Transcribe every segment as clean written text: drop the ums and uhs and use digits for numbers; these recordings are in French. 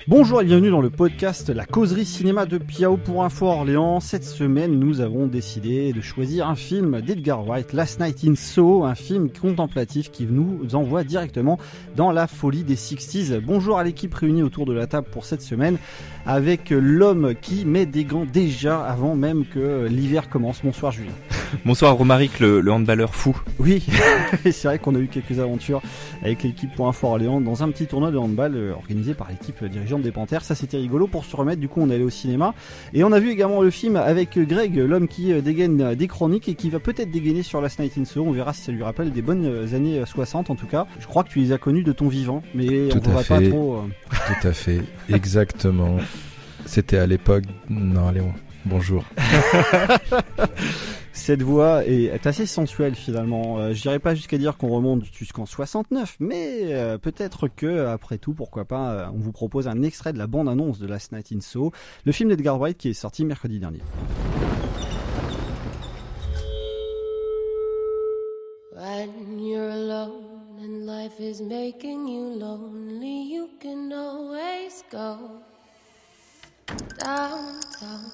Bonjour et bienvenue dans le podcast La Causerie Cinéma de Piao pour Info Orléans. Cette semaine, nous avons décidé de choisir un film d'Edgar Wright, Last Night in Soho, un film contemplatif qui nous envoie directement dans la folie des 60s. Bonjour à l'équipe réunie autour de la table pour cette semaine, avec l'homme qui met des gants déjà avant même que l'hiver commence. Bonsoir Julien. Bonsoir Romaric, le handballeur fou. Oui, c'est vrai qu'on a eu quelques aventures avec l'équipe pour Info Orléans dans un petit tournoi de handball organisé par l'équipe dirigeante des Panthères. Ça c'était rigolo. Pour se remettre, du coup on est allé au cinéma et on a vu également le film avec Greg, l'homme qui dégaine des chroniques et qui va peut-être dégainer sur Last Night in Soho. On verra si ça lui rappelle des bonnes années 60 en tout cas. Je crois que tu les as connus de ton vivant, mais on ne va pas trop... Tout à fait, exactement. C'était à l'époque... Non, allez, bonjour. Cette voix est assez sensuelle finalement. Je dirais pas jusqu'à dire qu'on remonte jusqu'en 69, mais peut-être que après tout, pourquoi pas, on vous propose un extrait de la bande-annonce de Last Night in Soho, le film d'Edgar Wright qui est sorti mercredi dernier. When you're alone and life is making you lonely, you can always go downtown.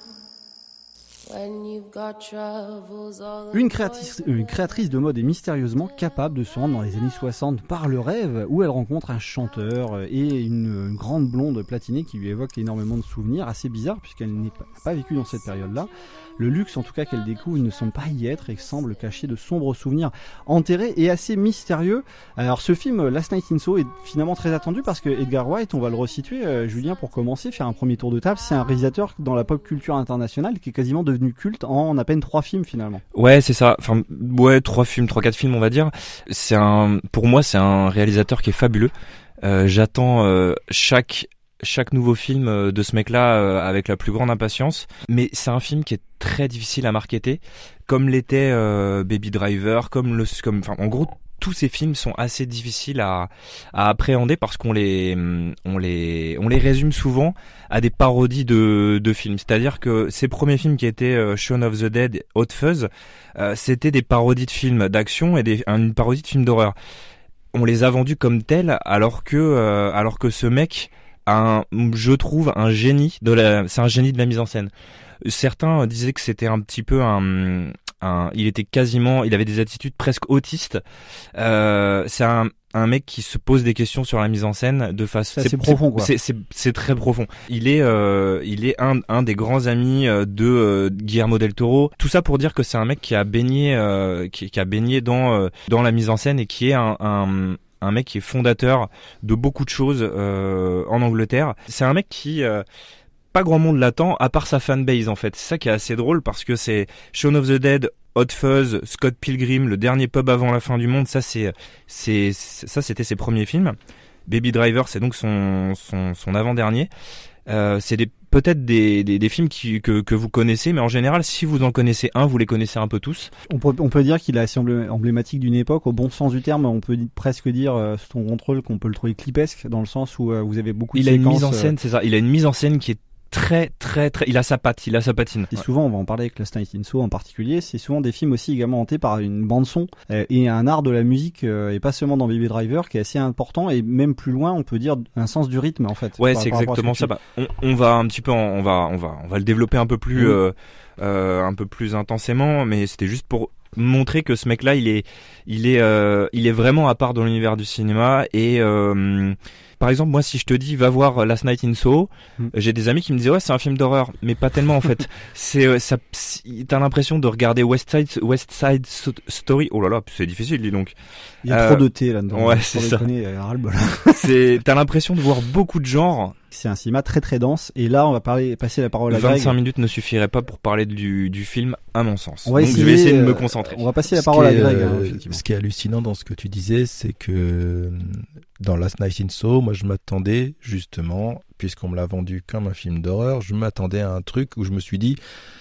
Une créatrice de mode est mystérieusement capable de se rendre dans les années 60 par le rêve, où elle rencontre un chanteur et une grande blonde platinée qui lui évoque énormément de souvenirs assez bizarres puisqu'elle n'a pas vécu dans cette période-là. Le luxe en tout cas qu'elle découvre ne semble pas y être et semble cacher de sombres souvenirs enterrés et assez mystérieux. Alors ce film Last Night in Soho est finalement très attendu parce que Edgar Wright, on va le resituer, Julien, pour commencer, faire un premier tour de table, c'est un réalisateur dans la pop culture internationale qui est quasiment devenu culte en à peine 3 films finalement. Ouais, c'est ça. Enfin, ouais, 3-4 films on va dire. Pour moi c'est un réalisateur qui est fabuleux. J'attends chaque nouveau film de ce mec-là avec la plus grande impatience. Mais c'est un film qui est très difficile à marketer, comme l'était Baby Driver, en gros tous ces films sont assez difficiles à appréhender parce qu'on les résume souvent à des parodies de films. C'est-à-dire que ces premiers films qui étaient Shaun of the Dead, Hot Fuzz, c'était des parodies de films d'action et une parodie de films d'horreur. On les a vendus comme tels alors que ce mec je trouve un génie c'est un génie de la mise en scène. Certains disaient que c'était un petit peu il avait des attitudes presque autistes. C'est un mec qui se pose des questions sur la mise en scène de façon. C'est profond quoi. C'est très profond. Il est un des grands amis de Guillermo del Toro. Tout ça pour dire que c'est un mec qui a baigné dans la mise en scène et qui est un mec qui est fondateur de beaucoup de choses en Angleterre. C'est un mec qui pas grand monde l'attend à part sa fanbase en fait. C'est ça qui est assez drôle parce que c'est Shaun of the Dead, Hot Fuzz, Scott Pilgrim, Le Dernier Pub avant la fin du monde. Ça c'était ses premiers films. Baby Driver, c'est donc son avant-dernier. C'est peut-être des films que vous connaissez, mais en général, si vous en connaissez un, vous les connaissez un peu tous. On peut dire qu'il est assez emblématique d'une époque, au bon sens du terme. On peut presque dire, sous ton contrôle, qu'on peut le trouver clipesque, dans le sens où vous avez beaucoup de séquences. Il a une mise en scène, c'est ça. Il a une mise en scène qui est très, il a sa patine. Et souvent, on va en parler avec Last Night in Soho en particulier, c'est souvent des films aussi également hantés par une bande son et un art de la musique et pas seulement dans Baby Driver qui est assez important et même plus loin, on peut dire un sens du rythme en fait. Ouais, c'est exactement ça. On va un petit peu, on va le développer un peu plus intensément, mais c'était juste pour montrer que ce mec-là, il est vraiment à part dans l'univers du cinéma et par exemple, moi, si je te dis va voir Last Night in Soho, j'ai des amis qui me disaient ouais, c'est un film d'horreur, mais pas tellement en fait. T'as l'impression de regarder West Side Story. Oh là là, c'est difficile, dis donc. Il y a trop de thé là-dedans. Ouais, c'est ça. T'as l'impression de voir beaucoup de genres. C'est un cinéma très très dense et là on va passer la parole à Greg. 25 minutes ne suffiraient pas pour parler du film à mon sens. Donc je vais essayer de me concentrer. On va passer la parole à Greg. Ce qui est hallucinant dans ce que tu disais, c'est que dans Last Night in Soho, moi je m'attendais justement, puisqu'on me l'a vendu comme un film d'horreur, je m'attendais à un truc où je me suis dit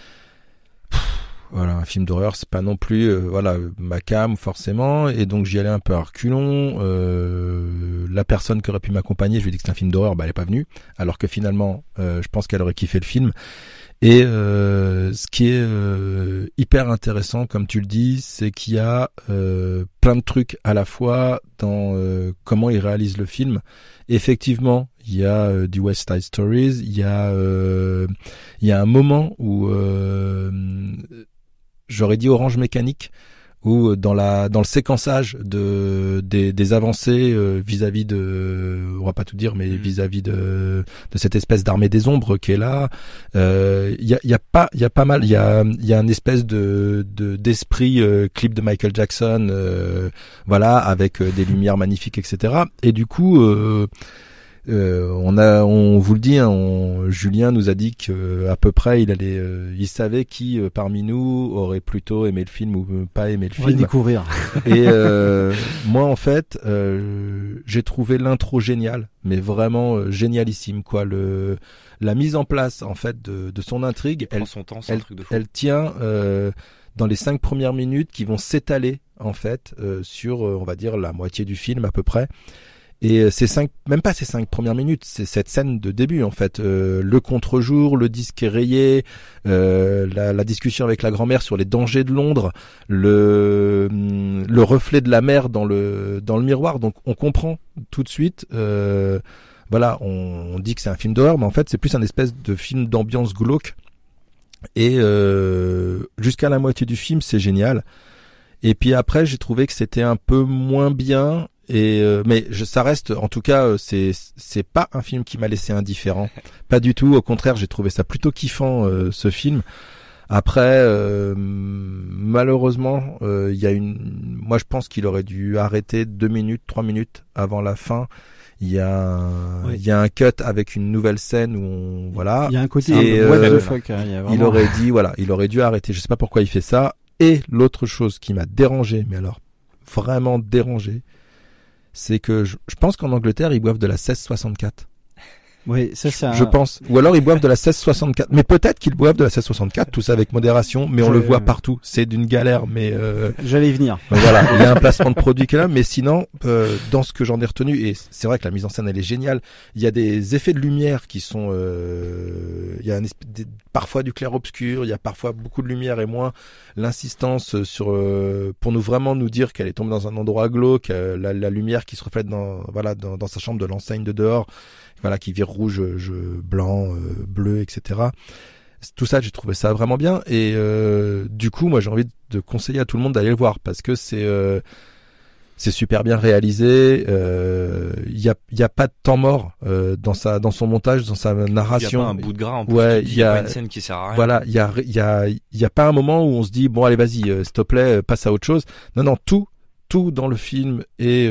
voilà, un film d'horreur, c'est pas non plus ma cam forcément, et donc j'y allais un peu à reculons. La personne qui aurait pu m'accompagner, je lui ai dit que c'était un film d'horreur, elle est pas venue, alors que finalement je pense qu'elle aurait kiffé le film. Et ce qui est hyper intéressant, comme tu le dis, c'est qu'il y a plein de trucs à la fois dans comment il réalise le film. Effectivement, il y a du West Side Stories, il y a un moment où j'aurais dit Orange Mécanique, où dans le séquençage des avancées vis-à-vis de, on va pas tout dire, mais vis-à-vis de cette espèce d'armée des ombres qui est là, il y a pas mal, il y a une espèce d'esprit clip de Michael Jackson, voilà, avec des lumières magnifiques, etc. Et du coup on vous le dit, Julien nous a dit que à peu près il savait qui parmi nous aurait plutôt aimé le film ou pas aimé le film. On va le découvrir. Et moi en fait, j'ai trouvé l'intro géniale, mais vraiment génialissime quoi. La mise en place en fait de son intrigue, prend son temps, c'est un truc de fou. Elle tient dans les 5 premières minutes qui vont s'étaler en fait sur on va dire la moitié du film à peu près. Et même pas ces 5 premières minutes, c'est cette scène de début en fait, le contre-jour, le disque est rayé, la discussion avec la grand-mère sur les dangers de Londres, le reflet de la mer dans le miroir, donc on comprend tout de suite. Voilà, on dit que c'est un film d'horreur, mais en fait c'est plus un espèce de film d'ambiance glauque. Et jusqu'à la moitié du film, c'est génial. Et puis après, j'ai trouvé que c'était un peu moins bien. Mais ça reste, en tout cas, c'est pas un film qui m'a laissé indifférent, pas du tout. Au contraire, j'ai trouvé ça plutôt kiffant ce film. Après, malheureusement, moi je pense qu'il aurait dû arrêter 2 minutes, 3 minutes avant la fin. Il y a un cut avec une nouvelle scène où voilà. Il y a un côté what the fuck. Il aurait dû arrêter. Je sais pas pourquoi il fait ça. Et l'autre chose qui m'a dérangé, mais alors vraiment dérangé, c'est que je pense qu'en Angleterre, ils boivent de la 1664. Oui, ça c'est je pense. Ou alors ils boivent de la 1664. Mais peut-être qu'ils boivent de la 1664, tout ça avec modération, mais on le voit partout. C'est d'une galère, mais j'allais y venir. Voilà, il y a un placement de produit qui est là, mais sinon, dans ce que j'en ai retenu, et c'est vrai que la mise en scène elle est géniale, il y a des effets de lumière qui sont, il y a parfois du clair-obscur, il y a parfois beaucoup de lumière et moins l'insistance sur pour nous dire qu'elle est tombée dans un endroit glauque, la lumière qui se reflète dans sa chambre de l'enseigne de dehors, voilà, qui vire rouge, blanc, bleu, etc. Tout ça, j'ai trouvé ça vraiment bien. Et du coup, moi, j'ai envie de conseiller à tout le monde d'aller le voir parce que c'est super bien réalisé. Il y a pas de temps mort dans son montage, dans sa narration. Il y a pas un bout de gras en plus. Ouais, il y a pas une scène qui sert à rien. Voilà, il y a pas un moment où on se dit bon allez vas-y, s'il te plaît, passe à autre chose. Non, tout dans le film est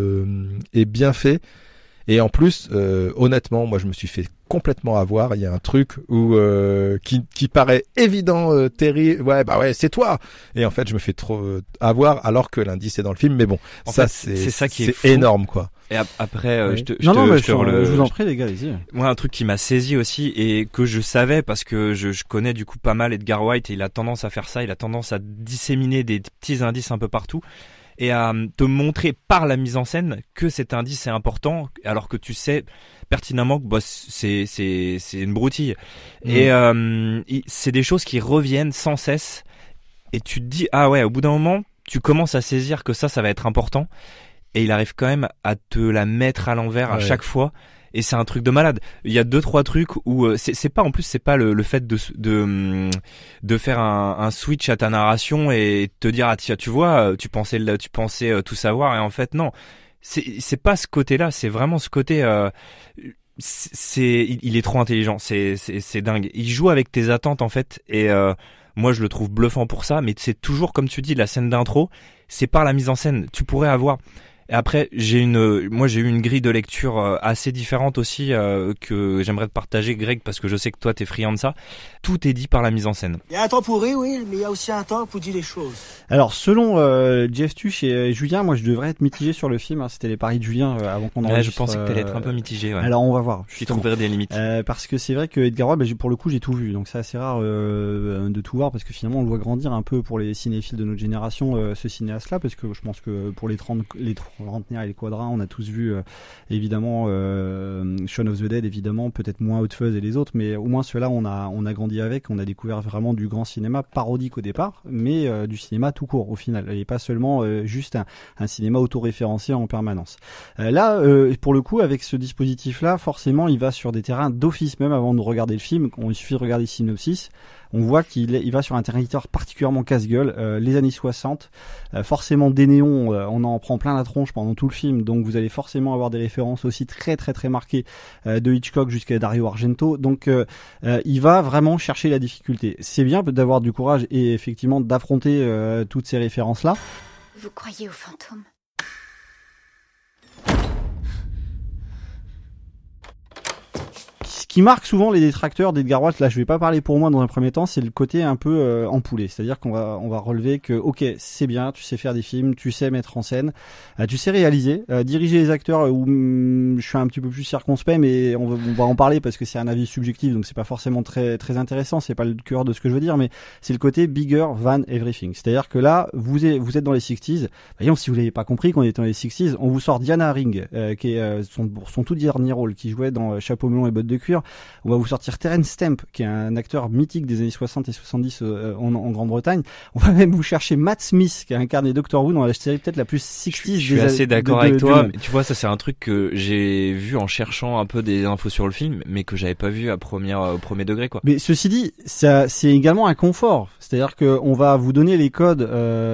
bien fait. Et en plus, honnêtement, moi je me suis fait complètement avoir. Il y a un truc où qui paraît évident, Terry. Ouais, c'est toi. Et en fait, je me fais trop avoir alors que l'indice est dans le film. Mais bon, c'est ça qui est énorme, quoi. Et après, je vous en prie, les gars, allez-y. Moi, un truc qui m'a saisi aussi et que je savais parce que je connais du coup pas mal Edgar Wright et il a tendance à faire ça. Il a tendance à disséminer des petits indices un peu partout. Et à te montrer par la mise en scène que cet indice est important, alors que tu sais pertinemment que c'est une broutille. Et c'est des choses qui reviennent sans cesse. Et tu te dis ah ouais, au bout d'un moment, tu commences à saisir que ça va être important. Et il arrive quand même à te la mettre à l'envers à chaque fois. Et c'est un truc de malade. Il y a 2-3 trucs où c'est pas le fait de faire un switch à ta narration et te dire ah tiens tu vois tu pensais tout savoir et en fait non. C'est pas ce côté-là, c'est vraiment ce côté il est trop intelligent, c'est dingue. Il joue avec tes attentes en fait et moi je le trouve bluffant pour ça, mais c'est toujours comme tu dis la scène d'intro, c'est par la mise en scène. Tu pourrais avoir Et après, j'ai eu une grille de lecture assez différente aussi que j'aimerais te partager, Greg, parce que je sais que toi, t'es friand de ça. Tout est dit par la mise en scène. Il y a un temps pour rire, oui, mais il y a aussi un temps pour dire les choses. Alors, selon Jeff Tuch et Julien, moi, je devrais être mitigé sur le film. Hein. C'était les paris de Julien avant qu'on enregistre. Je pensais que t'allais être un peu mitigé. Ouais. Alors, on va voir. Tu trouverais des limites. Parce que c'est vrai que Edgar Wright, pour le coup, j'ai tout vu. Donc, c'est assez rare de tout voir parce que finalement, on le voit grandir un peu pour les cinéphiles de notre génération, ce cinéaste-là, parce que je pense que pour les 30 Rantner et les Quadras, on a tous vu évidemment Shaun of the Dead, évidemment, peut-être moins Hot Fuzz et les autres, mais au moins ceux-là on a grandi avec, on a découvert vraiment du grand cinéma parodique au départ, mais du cinéma tout court au final, et pas seulement juste un cinéma autoréférencé en permanence. Là, pour le coup, avec ce dispositif-là, forcément, il va sur des terrains d'office, même avant de regarder le film. Il suffit de regarder le synopsis. On voit qu'il va sur un territoire particulièrement casse-gueule, les années 60, forcément des néons, on en prend plein la tronche pendant tout le film, donc vous allez forcément avoir des références aussi très très très marquées de Hitchcock jusqu'à Dario Argento, donc il va vraiment chercher la difficulté. C'est bien d'avoir du courage et effectivement d'affronter toutes ces références-là. Vous croyez aux fantômes ? Ce qui marque souvent les détracteurs d'Edgar Wright, là je vais pas parler pour moi dans un premier temps, c'est le côté un peu empoulé, c'est-à-dire qu'on va relever que ok, c'est bien, tu sais faire des films, tu sais mettre en scène, tu sais réaliser, diriger les acteurs, où je suis un petit peu plus circonspect, mais on va en parler parce que c'est un avis subjectif, donc c'est pas forcément très très intéressant, c'est pas le cœur de ce que je veux dire, mais c'est le côté bigger than everything, c'est-à-dire que là vous êtes dans les 60s, voyons, si vous l'avez pas compris qu'on est dans les 60s, on vous sort Diana Ring, qui est son tout dernier rôle, qui jouait dans Chapeau melon et bottes de cuir. On va vous sortir Terence Stamp, qui est un acteur mythique des années 60 et 70 en Grande-Bretagne. On va même vous chercher Matt Smith, qui a incarné Doctor Who dans la série peut-être la plus 60s. Je suis assez d'accord avec toi. Mais tu vois, ça c'est un truc que j'ai vu en cherchant un peu des infos sur le film, mais que j'avais pas vu au premier degré, quoi. Mais ceci dit, ça c'est également un confort. C'est-à-dire que on va vous donner les codes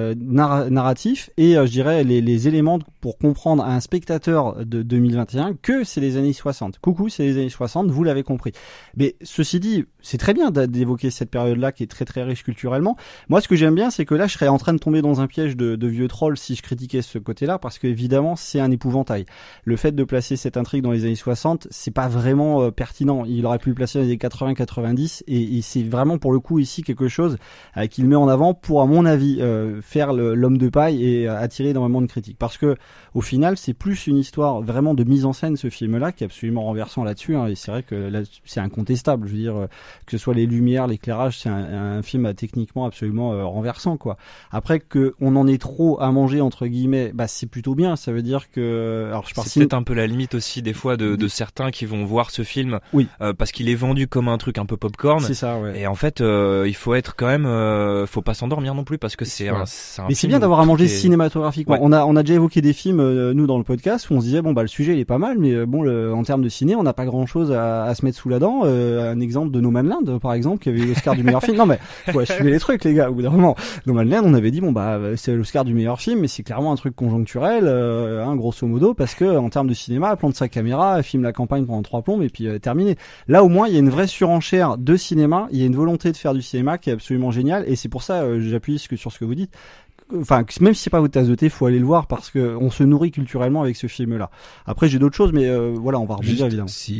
narratifs et je dirais les éléments pour comprendre à un spectateur de 2021 que c'est les années 60. Coucou, c'est les années 60, vous l'avez compris. Mais ceci dit, c'est très bien d'évoquer cette période-là qui est très très riche culturellement. Moi, ce que j'aime bien, c'est que là, je serais en train de tomber dans un piège de vieux troll si je critiquais ce côté-là, parce que évidemment, c'est un épouvantail. Le fait de placer cette intrigue dans les années 60, c'est pas vraiment pertinent. Il aurait pu le placer dans les années 80-90, et c'est vraiment pour le coup ici quelque chose qu'il met en avant pour, à mon avis, faire l'homme de paille et attirer énormément de critiques. Parce que au final, c'est plus une histoire vraiment de mise en scène, ce film-là, qui est absolument renversant là-dessus. Et c'est vrai que là, c'est incontestable. Je veux dire, que ce soit les lumières, l'éclairage, c'est un film techniquement absolument renversant, quoi. Après que on en ait trop à manger entre guillemets, bah c'est plutôt bien. Ça veut dire que, alors c'est peut-être un peu la limite aussi des fois de certains qui vont voir ce film, oui, parce qu'il est vendu comme un truc un peu popcorn. C'est ça, ouais. Et en fait, il faut être quand même, faut pas s'endormir non plus parce que c'est un mais c'est bien d'avoir à manger cinématographiquement. Ouais. On a déjà évoqué des films nous dans le podcast où on se disait bon bah le sujet il est pas mal, mais bon en termes de ciné on n'a pas grand chose à se mettre sous la dent. Un exemple de No Man's Land par exemple qui avait eu l'Oscar du meilleur film. Non mais faut assumer les trucs les gars. Au bout d'un moment, No Man's Land on avait dit bon bah c'est l'Oscar du meilleur film, mais c'est clairement un truc conjoncturel, grosso modo, parce que en termes de cinéma, elle plante sa caméra, elle filme la campagne pendant 3 plombes et puis terminé. Là au moins il y a une vraie surenchère de cinéma, il y a une volonté de faire du cinéma qui est absolument géniale, et c'est pour ça j'appuie sur ce que vous dites. Enfin, même si c'est pas votre tasse de thé, faut aller le voir parce que on se nourrit culturellement avec ce film-là. Après, j'ai d'autres choses, mais voilà, on va rebondir évidemment. Si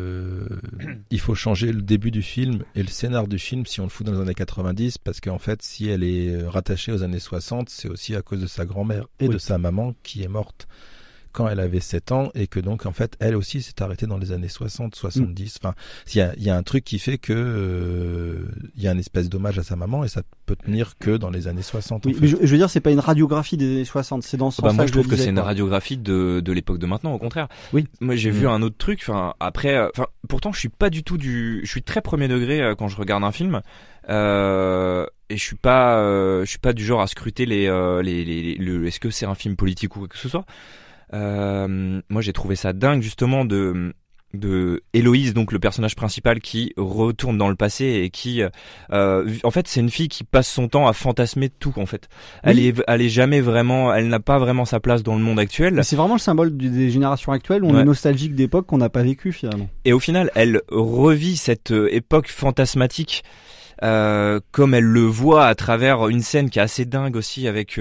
il faut changer le début du film et le scénar du film si on le fout dans les années 90, parce qu'en fait, si elle est rattachée aux années 60, c'est aussi à cause de sa grand-mère et de sa maman qui est morte quand elle avait 7 ans, et que donc en fait elle aussi s'est arrêtée dans les années 60, 70. Enfin, il y a un truc qui fait que il y a une espèce d'hommage à sa maman, et ça peut tenir que dans les années 60. Oui, mais je veux dire, c'est pas une radiographie des années 60, c'est dans ce sens-là. Moi je trouve que c'est une radiographie de l'époque de maintenant, au contraire. Oui. Moi j'ai vu un autre truc, pourtant je suis pas du tout je suis très premier degré quand je regarde un film. Et je suis pas du genre à scruter est-ce que c'est un film politique ou quoi que ce soit. Moi j'ai trouvé ça dingue justement de Héloïse, donc le personnage principal, qui retourne dans le passé et qui en fait c'est une fille qui passe son temps à fantasmer tout en fait. Elle est jamais vraiment, elle n'a pas vraiment sa place dans le monde actuel. Mais c'est vraiment le symbole des générations actuelles où on est nostalgique d'époques qu'on n'a pas vécues finalement. Et au final elle revit cette époque fantasmatique comme elle le voit à travers une scène qui est assez dingue aussi avec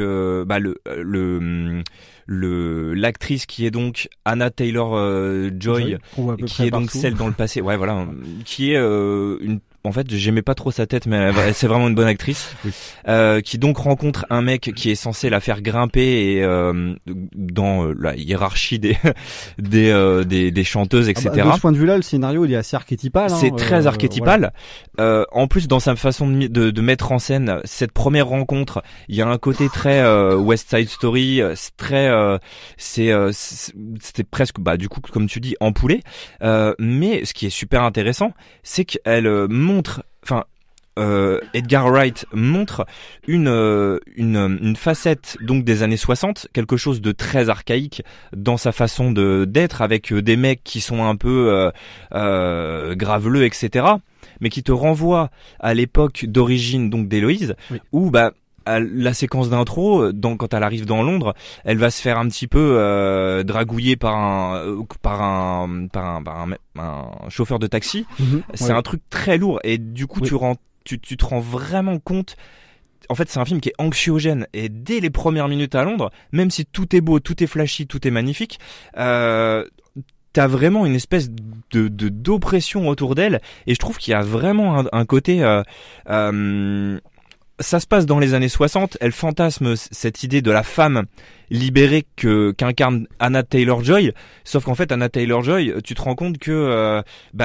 l'actrice qui est donc Anna Taylor-Joy, qui est donc celle dans le passé, qui est en fait, j'aimais pas trop sa tête, mais c'est vraiment une bonne actrice, Oui. qui donc rencontre un mec qui est censé la faire grimper et dans la hiérarchie des chanteuses, etc. De ce point de vue-là, le scénario il est assez archétypal. C'est très archétypal. Voilà. En plus, dans sa façon de mettre en scène cette première rencontre, il y a un côté très West Side Story, c'est très, c'était presque, du coup, comme tu dis, empoulé. Mais ce qui est super intéressant, c'est qu'elle montre, Edgar Wright montre une facette donc des années 60, quelque chose de très archaïque dans sa façon d'être, avec des mecs qui sont un peu graveleux, etc., mais qui te renvoie à l'époque d'origine donc d'Héloïse, oui. où à la séquence d'intro, quand elle arrive dans Londres, elle va se faire un petit peu dragouiller par un chauffeur de taxi. C'est un truc très lourd, et du coup tu te rends vraiment compte. En fait, c'est un film qui est anxiogène, et dès les premières minutes à Londres, même si tout est beau, tout est flashy, tout est magnifique, t'as vraiment une espèce d'oppression autour d'elle, et je trouve qu'il y a vraiment un côté ça se passe dans les années 60, elle fantasme cette idée de la femme libérée qu'incarne Anna Taylor-Joy, sauf qu'en fait Anna Taylor-Joy, tu te rends compte que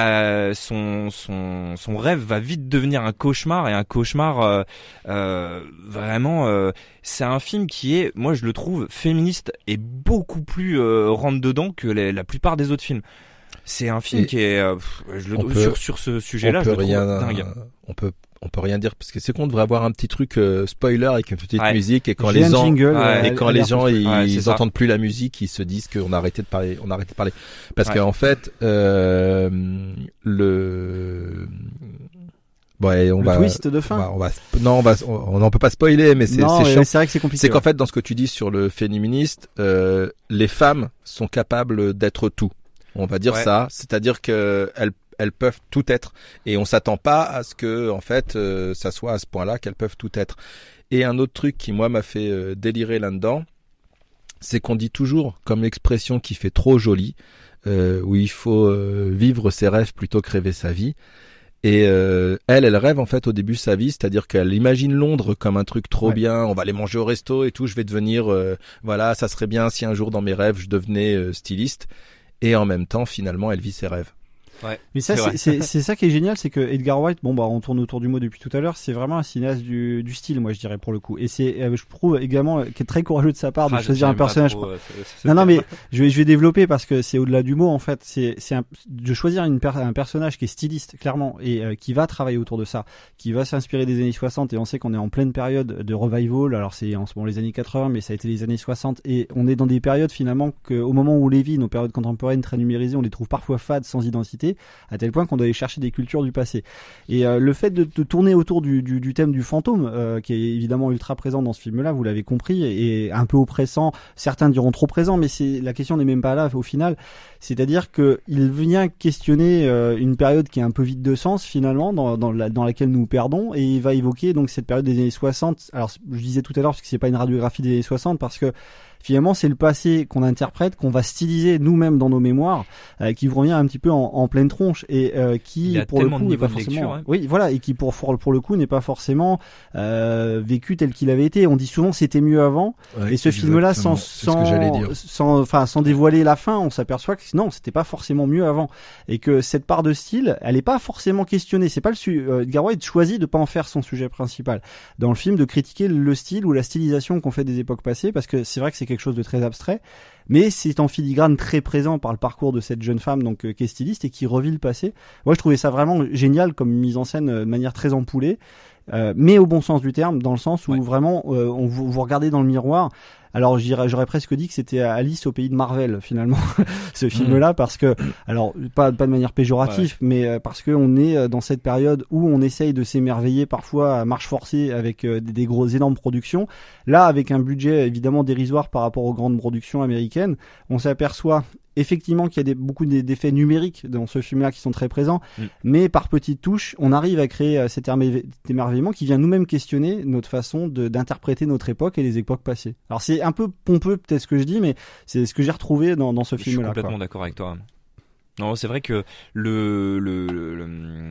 son rêve va vite devenir un cauchemar, et un cauchemar vraiment c'est un film qui est, moi je le trouve féministe et beaucoup plus rentre dedans que la plupart des autres films. C'est un film qui est sur ce sujet-là, je le trouve dingue. On peut rien dire parce que c'est qu'on devrait avoir un petit truc spoiler avec une petite musique, et quand J'ai les un gens jingle, les gens ils ça. entendent plus la musique, ils se disent qu'on a arrêté de parler, parce Ouais. qu'en fait twist de fin. On n'en peut pas spoiler, mais c'est chiant. C'est vrai que c'est compliqué. C'est qu'en fait, dans ce que tu dis sur le féministe, les femmes sont capables d'être tout. On va dire ça, c'est-à-dire que elles peuvent tout être, et on s'attend pas à ce que en fait ça soit à ce point-là qu'elles peuvent tout être. Et un autre truc qui moi m'a fait délirer là-dedans, c'est qu'on dit toujours comme l'expression qui fait trop joli, où il faut vivre ses rêves plutôt que rêver sa vie. Et elle rêve en fait au début de sa vie, c'est-à-dire qu'elle imagine Londres comme un truc trop bien, on va aller manger au resto et tout, je vais devenir ça serait bien si un jour dans mes rêves je devenais styliste. Et en même temps, finalement, elle vit ses rêves. Ouais, mais ça, c'est ça qui est génial, c'est que Edgar Wright, on tourne autour du mot depuis tout à l'heure, c'est vraiment un cinéaste du style, moi je dirais, pour le coup. Et c'est, je trouve également, qui est très courageux de sa part de choisir un personnage. Non, mais je vais développer parce que c'est au-delà du mot, en fait. C'est de choisir un personnage qui est styliste, clairement, et qui va travailler autour de ça, qui va s'inspirer des années 60, et on sait qu'on est en pleine période de revival. Alors c'est en ce moment les années 80, mais ça a été les années 60, et on est dans des périodes finalement qu'au moment où les vies, nos périodes contemporaines très numérisées, on les trouve parfois fades, sans identité, à tel point qu'on doit aller chercher des cultures du passé. Et le fait de tourner autour du thème du fantôme, qui est évidemment ultra présent dans ce film-là, vous l'avez compris, et un peu oppressant, certains diront trop présent, mais la question n'est même pas là au final. C'est-à-dire que il vient questionner une période qui est un peu vide de sens finalement, dans laquelle nous perdons, et il va évoquer donc cette période des années 60. Alors je disais tout à l'heure, parce que c'est pas une radiographie des années 60, parce que finalement c'est le passé qu'on interprète, qu'on va styliser nous-mêmes dans nos mémoires, qui vous revient un petit peu en pleine tronche, et qui pour le coup n'est pas forcément et qui pour le coup n'est pas forcément vécu tel qu'il avait été. On dit souvent c'était mieux avant, et ce film-là sans dévoiler la fin, on s'aperçoit que non, c'était pas forcément mieux avant, et que cette part de style, elle est pas forcément questionnée. C'est pas Edgar Wright choisit de pas en faire son sujet principal dans le film, de critiquer le style ou la stylisation qu'on fait des époques passées, parce que c'est vrai que c'est quelque chose de très abstrait, mais c'est en filigrane très présent par le parcours de cette jeune femme donc qui est styliste et qui revit le passé. Moi je trouvais ça vraiment génial comme mise en scène de manière très ampoulée, mais au bon sens du terme, dans le sens où vraiment vous regardez dans le miroir. Alors j'aurais presque dit que c'était Alice au pays de Marvel finalement ce film-là, parce que alors pas de manière péjorative, mais parce que on est dans cette période où on essaye de s'émerveiller parfois à marche forcée avec des grosses énormes productions. Là, avec un budget évidemment dérisoire par rapport aux grandes productions américaines, on s'aperçoit effectivement qu'il y a beaucoup d'effets numériques dans ce film-là qui sont très présents, mais par petites touches, on arrive à créer cet émerveillement qui vient nous-mêmes questionner notre façon d'interpréter notre époque et les époques passées. Alors c'est un peu pompeux peut-être ce que je dis, mais c'est ce que j'ai retrouvé dans ce film-là. Je suis complètement d'accord avec toi. Non, c'est vrai que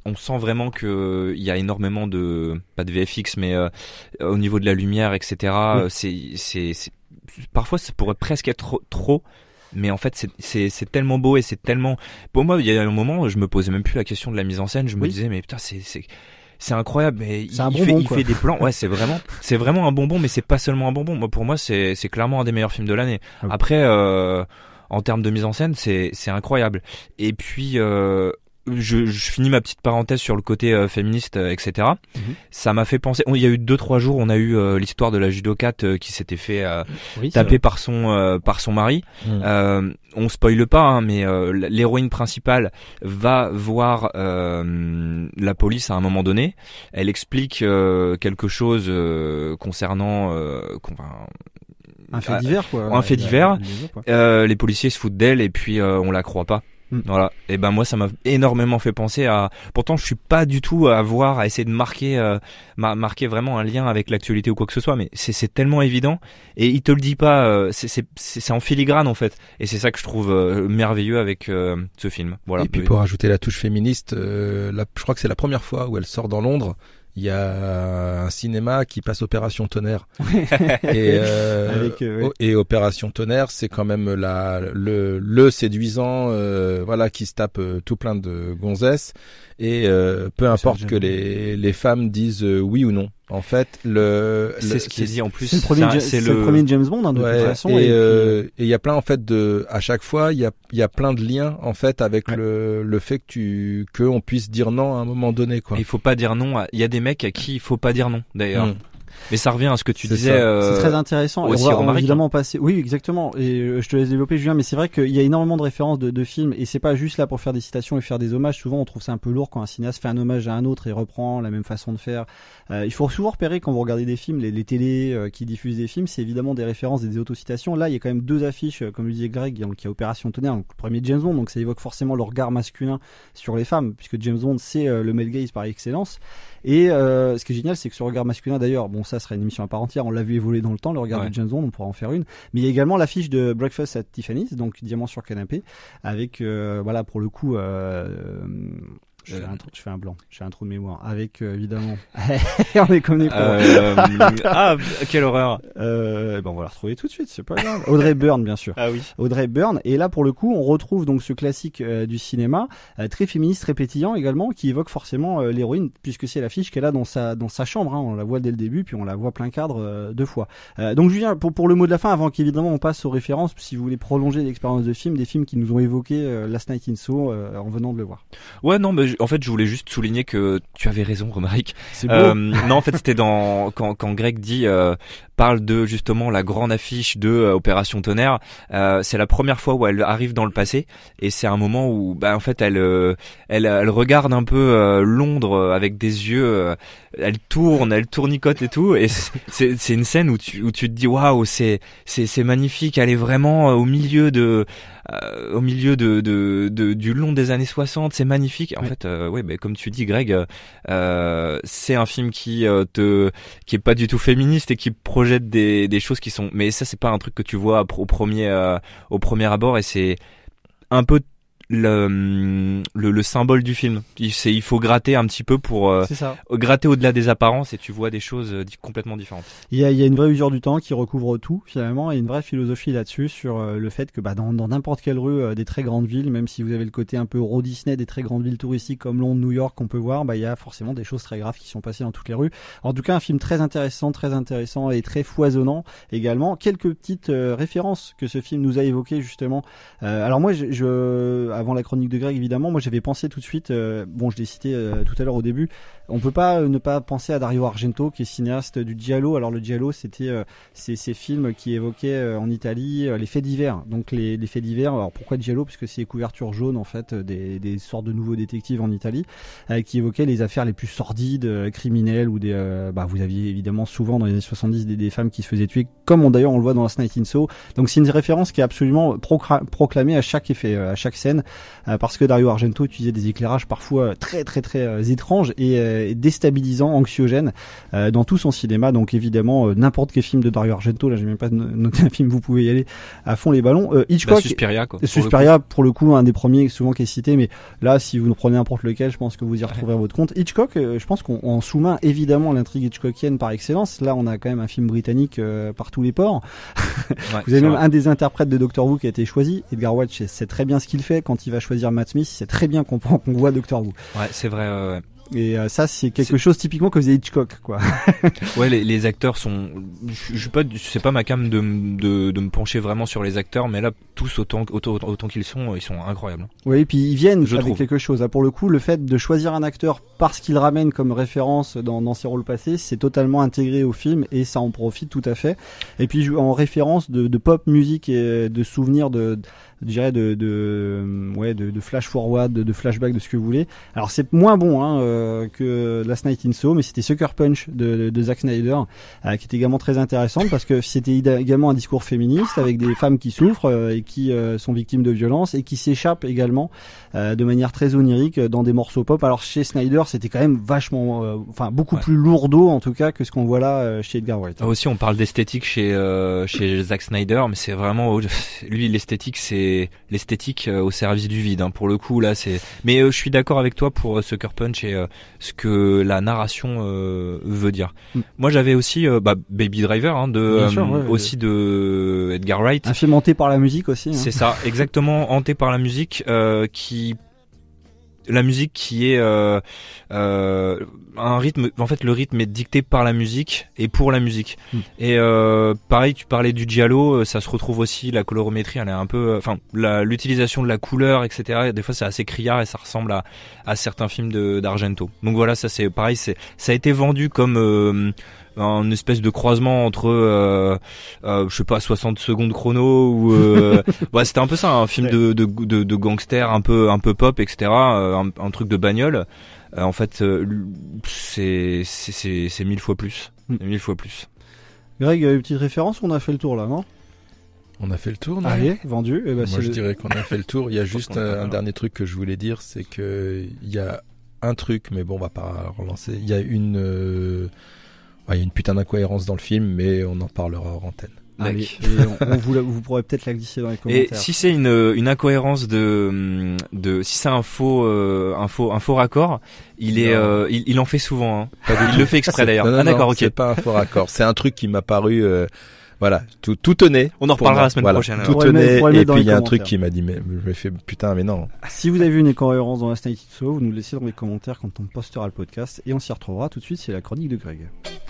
on sent vraiment que il y a énormément de, pas de VFX, mais au niveau de la lumière, etc. C'est parfois ça pourrait presque être trop. Mais en fait, c'est tellement beau et c'est tellement. Pour moi, il y a un moment, je me posais même plus la question de la mise en scène. Je me disais, mais putain, c'est incroyable. Mais il fait des plans. Ouais, c'est vraiment un bonbon, mais c'est pas seulement un bonbon. Moi, pour moi, c'est clairement un des meilleurs films de l'année. Après, en termes de mise en scène, c'est incroyable. Et puis, je finis ma petite parenthèse sur le côté féministe, etc. Ça m'a fait penser. Il y a eu 2-3 jours, on a eu l'histoire de la judokate qui s'était fait taper par son mari. On spoile pas, hein, mais l'héroïne principale va voir la police à un moment donné. Elle explique quelque chose concernant. Un fait divers, quoi. Un fait divers. Les policiers se foutent d'elle et puis on la croit pas. Voilà. Et ben moi ça m'a énormément fait penser à. Pourtant je suis pas du tout à essayer de marquer vraiment un lien avec l'actualité ou quoi que ce soit, mais c'est tellement évident et il te le dit pas. C'est en filigrane en fait. Et c'est ça que je trouve merveilleux avec ce film. Voilà. Et puis pour ajouter la touche féministe, je crois que c'est la première fois où elle sort dans Londres. Il y a un cinéma qui passe Opération Tonnerre. Et Opération Tonnerre, c'est quand même le séduisant, qui se tape tout plein de gonzesses. Et peu importe que les femmes disent oui ou non. En fait, c'est ce qui est dit en plus. C'est le premier James Bond, de toute façon. Et il y a plein en fait à chaque fois, il y a plein de liens en fait avec le fait que on puisse dire non à un moment donné, quoi. Il faut pas dire non. Il y a des mecs à qui il faut pas dire non, d'ailleurs. Mais ça revient à ce que tu disais. C'est très intéressant. Aussi on va évidemment passer. Oui, exactement. Et je te laisse développer, Julien. Mais c'est vrai qu'il y a énormément de références de films, et c'est pas juste là pour faire des citations et faire des hommages. Souvent, on trouve ça un peu lourd quand un cinéaste fait un hommage à un autre et reprend la même façon de faire. Il faut souvent repérer quand vous regardez des films, les télés qui diffusent des films, c'est évidemment des références et des autocitations. Là, il y a quand même 2 affiches, comme le disait Greg, donc il y a Opération Tonnerre, donc le premier James Bond, donc ça évoque forcément le regard masculin sur les femmes, puisque James Bond c'est le male gaze par excellence. Et ce qui est génial, c'est que ce regard masculin, d'ailleurs, bon, ça serait une émission à part entière, on l'a vu évoluer dans le temps, le regard de James Bond, on pourra en faire une. Mais il y a également l'affiche de Breakfast at Tiffany's, donc Diamant sur canapé, avec, pour le coup, je fais un blanc, j'ai un trou de mémoire, avec évidemment, on est comme des quelle horreur. On va la retrouver tout de suite, c'est pas grave. Audrey Byrne, bien sûr. Ah oui. Audrey Byrne, et là pour le coup, on retrouve donc ce classique du cinéma, très féministe, très pétillant également, qui évoque forcément l'héroïne, puisque c'est l'affiche qu'elle a dans sa chambre, hein, on la voit dès le début, puis on la voit plein cadre 2 fois. Donc Julien, pour le mot de la fin, avant qu'évidemment on passe aux références, si vous voulez prolonger l'expérience de film, des films qui nous ont évoqué Last Night in Soho en venant de le voir. Ouais, non, mais en fait, je voulais juste souligner que tu avais raison, Romaric. C'est beau. Non, en fait, c'était quand Greg dit parle de justement la grande affiche de Opération Tonnerre. C'est la première fois où elle arrive dans le passé, et c'est un moment où, en fait, elle regarde un peu Londres avec des yeux. Elle tournicote et tout, et c'est une scène où tu te dis waouh, c'est magnifique. Elle est vraiment au milieu du long des années 60, c'est magnifique. En fait, comme tu dis, Greg, c'est un film qui est pas du tout féministe et qui projette des choses qui sont. Mais ça, c'est pas un truc que tu vois au premier abord, et c'est un peu le symbole du film. Il faut gratter un petit peu pour gratter au-delà des apparences, et tu vois des choses complètement différentes. Il y a une vraie usure du temps qui recouvre tout finalement, et une vraie philosophie là-dessus sur le fait que dans n'importe quelle rue des très grandes villes, même si vous avez le côté un peu Euro Disney des très grandes villes touristiques comme Londres, New York qu'on peut voir, il y a forcément des choses très graves qui sont passées dans toutes les rues. En tout cas, un film très intéressant et très foisonnant également. Quelques petites références que ce film nous a évoquées justement. Alors moi, avant la chronique de Greg, évidemment, moi j'avais pensé tout de suite, je l'ai cité tout à l'heure au début, on peut pas ne pas penser à Dario Argento, qui est cinéaste du giallo. Alors le giallo, c'était ces films qui évoquaient en Italie les faits divers. Donc les faits divers, alors pourquoi giallo? Parce que c'est les couvertures jaunes en fait des sortes de nouveaux détectives en Italie qui évoquaient les affaires les plus sordides, criminelles, ou vous aviez évidemment souvent dans les années 70 des femmes qui se faisaient tuer, comme d'ailleurs on le voit dans Last Night in Soho. Donc c'est une référence qui est absolument proclamée à chaque effet, à chaque scène. parce que Dario Argento utilisait des éclairages parfois très très très étranges et déstabilisants, anxiogènes dans tout son cinéma. Donc évidemment n'importe quel film de Dario Argento, là j'ai même pas noté un film, vous pouvez y aller à fond les ballons. Hitchcock, Suspiria, quoi. Suspiria pour le coup un des premiers souvent qui est cité, mais là si vous nous prenez n'importe lequel, je pense que vous y retrouverez votre compte. Hitchcock, je pense qu'on sous-main évidemment l'intrigue hitchcockienne par excellence. Là on a quand même un film britannique par tous les ports. Vous avez même un des interprètes de Doctor Who qui a été choisi. Edgar Wright sait très bien ce qu'il fait quand il va choisir Matt Smith, c'est très bien qu'on voit Doctor Who. Ouais, c'est vrai. Ouais. Et ça c'est quelque chose typiquement que faisait Hitchcock, quoi. Ouais, les acteurs sont, c'est pas ma came de me pencher vraiment sur les acteurs, mais là tous autant qu'ils sont, ils sont incroyables. Oui, et puis ils viennent je avec trouve quelque chose. Pour le coup, le fait de choisir un acteur parce qu'il ramène comme référence dans ses rôles passés, c'est totalement intégré au film et ça en profite tout à fait. Et puis en référence de pop musique et de souvenirs de flash forward, de flashback, de ce que vous voulez. Alors c'est moins bon que Last Night in Soho, mais c'était Sucker Punch de Zack Snyder, qui était également très intéressante parce que c'était également un discours féministe avec des femmes qui souffrent et qui sont victimes de violences et qui s'échappent également de manière très onirique dans des morceaux pop. Alors chez Snyder, c'était quand même vachement, beaucoup plus lourdeau en tout cas que ce qu'on voit là chez Edgar Wright. Aussi, on parle d'esthétique chez Zack Snyder, mais c'est vraiment lui l'esthétique, c'est l'esthétique au service du vide. Pour le coup, là, c'est. Mais je suis d'accord avec toi pour Sucker Punch et ce que la narration veut dire. Moi, j'avais aussi Baby Driver aussi de Edgar Wright. Un film hanté par la musique aussi. C'est ça, exactement, hanté par la musique, la musique qui est un rythme. En fait, le rythme est dicté par la musique et pour la musique. Et pareil, tu parlais du giallo, ça se retrouve aussi. La colorimétrie, elle est un peu, l'utilisation de la couleur, etc. Des fois, c'est assez criard et ça ressemble à certains films d'Argento. Donc voilà, ça c'est pareil. Ça a été vendu comme un espèce de croisement entre je sais pas 60 secondes chrono ou c'était un peu ça, un film de gangster un peu pop, etc. Un truc de bagnole. En fait, c'est 1000 fois plus. 1000 fois plus. Greg, une petite référence, on a fait le tour là, non? On a fait le tour, non? Allez, vendu. Moi, je dirais qu'on a fait le tour. Il y a juste un dernier truc que je voulais dire, c'est que il y a un truc, mais bon, on va pas relancer. Il y a une putain d'incohérence dans le film, mais on en parlera hors antenne. Allez, vous pourrez peut-être la glisser dans les commentaires. Et si c'est une incohérence si c'est un faux raccord, il en fait souvent. Il le fait exprès d'ailleurs. D'accord, ok. C'est pas un faux raccord. C'est un truc qui m'a paru. Voilà, tout tenait. On en reparlera la semaine prochaine. Tout tenait, et puis il y a un truc qui m'a dit, mais je me fais putain, mais non. Si vous avez vu une incohérence dans Last Night in Soho, vous nous laissez dans les commentaires quand on postera le podcast, et on s'y retrouvera tout de suite. C'est la chronique de Greg.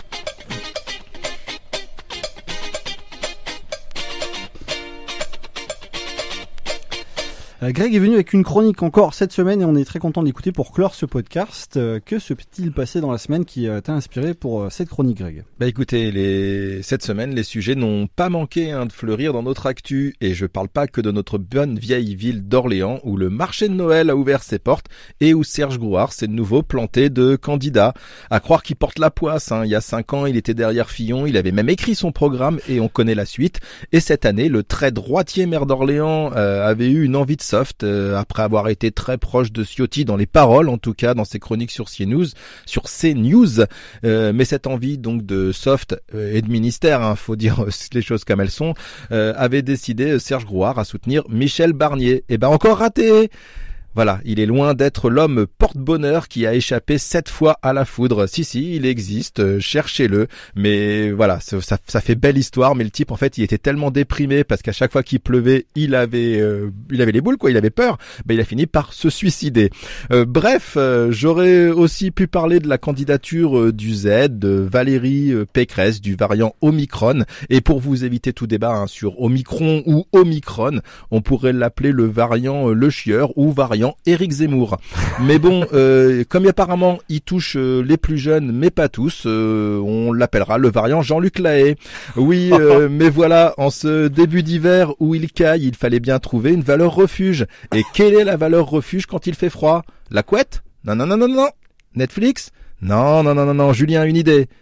Greg est venu avec une chronique encore cette semaine et on est très content de l'écouter pour clore ce podcast. Que se peut-il passer dans la semaine qui t'a inspiré pour cette chronique, Greg? Écoutez, cette semaine, les sujets n'ont pas manqué de fleurir dans notre actu. Et je parle pas que de notre bonne vieille ville d'Orléans où le marché de Noël a ouvert ses portes et où Serge Grouard s'est de nouveau planté de candidat. À croire qu'il porte la poisse. Il y a 5 ans, il était derrière Fillon. Il avait même écrit son programme et on connaît la suite. Et cette année, le très droitier maire d'Orléans avait eu une envie de soft après avoir été très proche de Ciotti dans les paroles, en tout cas dans ses chroniques sur CNews, mais cette envie donc de soft et de ministère, faut dire les choses comme elles sont, avait décidé Serge Grouard à soutenir Michel Barnier. Et encore raté. Voilà, il est loin d'être l'homme porte-bonheur qui a échappé 7 fois à la foudre. Si, il existe, cherchez-le. Mais voilà, ça fait belle histoire. Mais le type, en fait, il était tellement déprimé parce qu'à chaque fois qu'il pleuvait, il avait les boules, quoi. Il avait peur. Il a fini par se suicider. Bref, j'aurais aussi pu parler de la candidature du Z, de Valérie Pécresse, du variant Omicron. Et pour vous éviter tout débat sur Omicron ou Omicron, on pourrait l'appeler le variant Le Chieur ou variant Éric Zemmour. Mais bon, comme apparemment il touche les plus jeunes, mais pas tous, on l'appellera le variant Jean-Luc Lahaye. Oui, mais voilà, en ce début d'hiver où il caille, il fallait bien trouver une valeur refuge. Et quelle est la valeur refuge quand il fait froid? La couette? Non. Netflix? Non. Julien, une idée?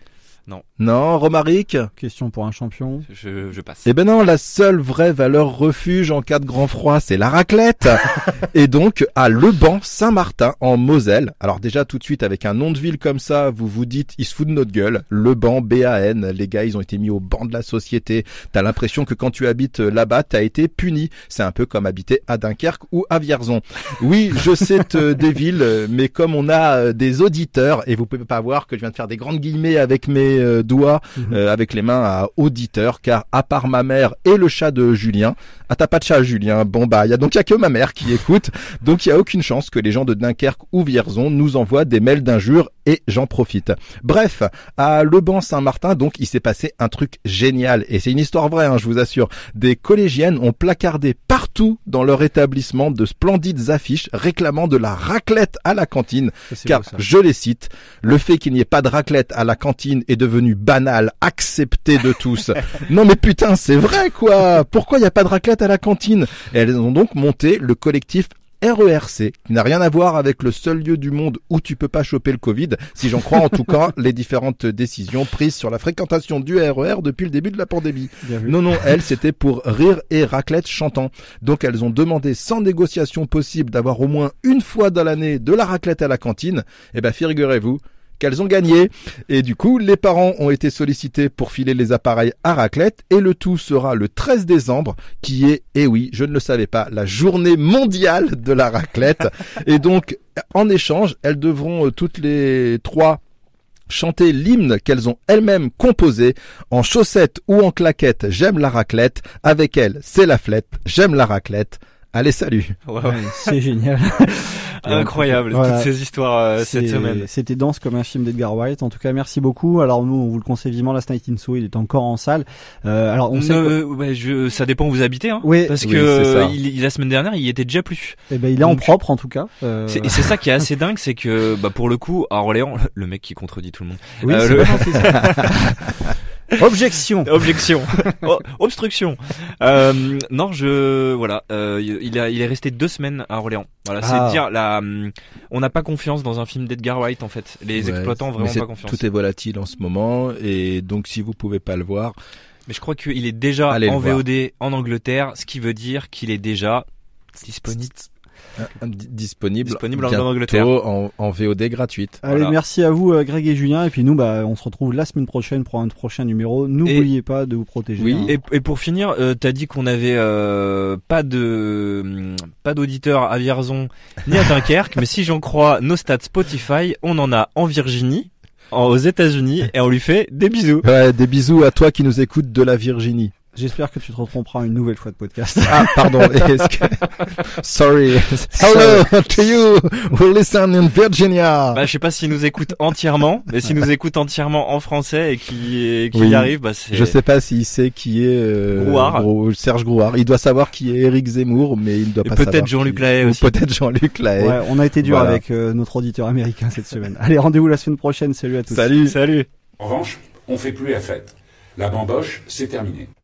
Non, Romaric? Question pour un champion. Je passe. Eh ben non, la seule vraie valeur refuge en cas de grand froid, c'est la raclette. Et donc, à Le Ban, Saint-Martin, en Moselle. Alors déjà, tout de suite, avec un nom de ville comme ça, vous vous dites, ils se foutent de notre gueule. Le Ban, B-A-N. Les gars, ils ont été mis au banc de la société. T'as l'impression que quand tu habites là-bas, t'as été puni. C'est un peu comme habiter à Dunkerque ou à Vierzon. Oui, je sais des villes, mais comme on a des auditeurs, et vous pouvez pas voir que je viens de faire des grandes guillemets avec mes doigts, avec les mains à auditeurs, car à part ma mère et le chat de Julien, t'as pas de chat Julien, bon bah il y a que ma mère qui écoute, donc il y a aucune chance que les gens de Dunkerque ou Vierzon nous envoient des mails d'injures, et j'en profite. Bref, à Le Ban Saint-Martin, donc il s'est passé un truc génial, et c'est une histoire vraie, je vous assure. Des collégiennes ont placardé partout dans leur établissement de splendides affiches réclamant de la raclette à la cantine, car beau, je les cite, le fait qu'il n'y ait pas de raclette à la cantine est devenu banal, accepté de tous. Non mais putain, c'est vrai quoi. Pourquoi il n'y a pas de raclette à la cantine? Et elles ont donc monté le collectif RERC, qui n'a rien à voir avec le seul lieu du monde où tu peux pas choper le Covid, si j'en crois en tout cas les différentes décisions prises sur la fréquentation du RER depuis le début de la pandémie. Non, elles, c'était pour rire et raclette chantant. Donc elles ont demandé sans négociation possible d'avoir au moins une fois dans l'année de la raclette à la cantine. Et ben figurez-vous qu'elles ont gagné. Et du coup, les parents ont été sollicités pour filer les appareils à raclette, et le tout sera le 13 décembre, qui est, eh oui, je ne le savais pas, la journée mondiale de la raclette. Et donc, en échange, elles devront toutes les 3 chanter l'hymne qu'elles ont elles-mêmes composé en chaussettes ou en claquettes. J'aime la raclette. Avec elles, c'est la flette. J'aime la raclette. Allez, salut. Ouais. C'est génial. Incroyable, voilà, toutes ces histoires cette semaine. C'était dense comme un film d'Edgar Wright. En tout cas, merci beaucoup. Alors nous, on vous le conseille vivement. Last Night in Soho, il est encore en salle. Alors on sait ça dépend où vous habitez, Oui, parce oui, que la semaine dernière, il y était déjà plus. Eh ben, il est en propre en tout cas. Et c'est ça qui est assez dingue, c'est que pour le coup, à Orléans, le mec qui contredit tout le monde. Oui, c'est pas gentil, ça. Objection. Obstruction. Non, il est resté 2 semaines à Orléans. Voilà, c'est dire on n'a pas confiance dans un film d'Edgar Wright en fait. Les exploitants ont vraiment pas confiance. Tout est volatile en ce moment, et donc si vous pouvez pas le voir. Mais je crois qu'il est déjà en VOD en Angleterre, ce qui veut dire qu'il est déjà disponible en Angleterre en VOD gratuite. Allez, voilà. Merci à vous Greg et Julien, et puis nous on se retrouve la semaine prochaine pour un prochain numéro. N'oubliez pas de vous protéger. Oui, et pour finir, t'as dit qu'on avait pas d'auditeurs à Vierzon ni à Dunkerque, mais si j'en crois nos stats Spotify, on en a en Virginie, aux États-Unis, et on lui fait des bisous. Ouais, des bisous à toi qui nous écoutes de la Virginie. J'espère que tu te retromperas une nouvelle fois de podcast. Ah, pardon. Sorry. Hello to you who listen in Virginia. Je sais pas s'il nous écoute entièrement, mais s'il nous écoute entièrement en français et qui y arrive, c'est... Je sais pas s'il sait qui est Serge Grouard. Il doit savoir qui est Éric Zemmour, mais il ne doit pas savoir. Peut-être Jean-Luc Lahaye aussi. Ou peut-être Jean-Luc Lahaye. Ouais, on a été dur avec notre auditeur américain cette semaine. Allez, rendez-vous la semaine prochaine. Salut à tous. Salut. En revanche, on fait plus la fête. La bamboche, c'est terminé.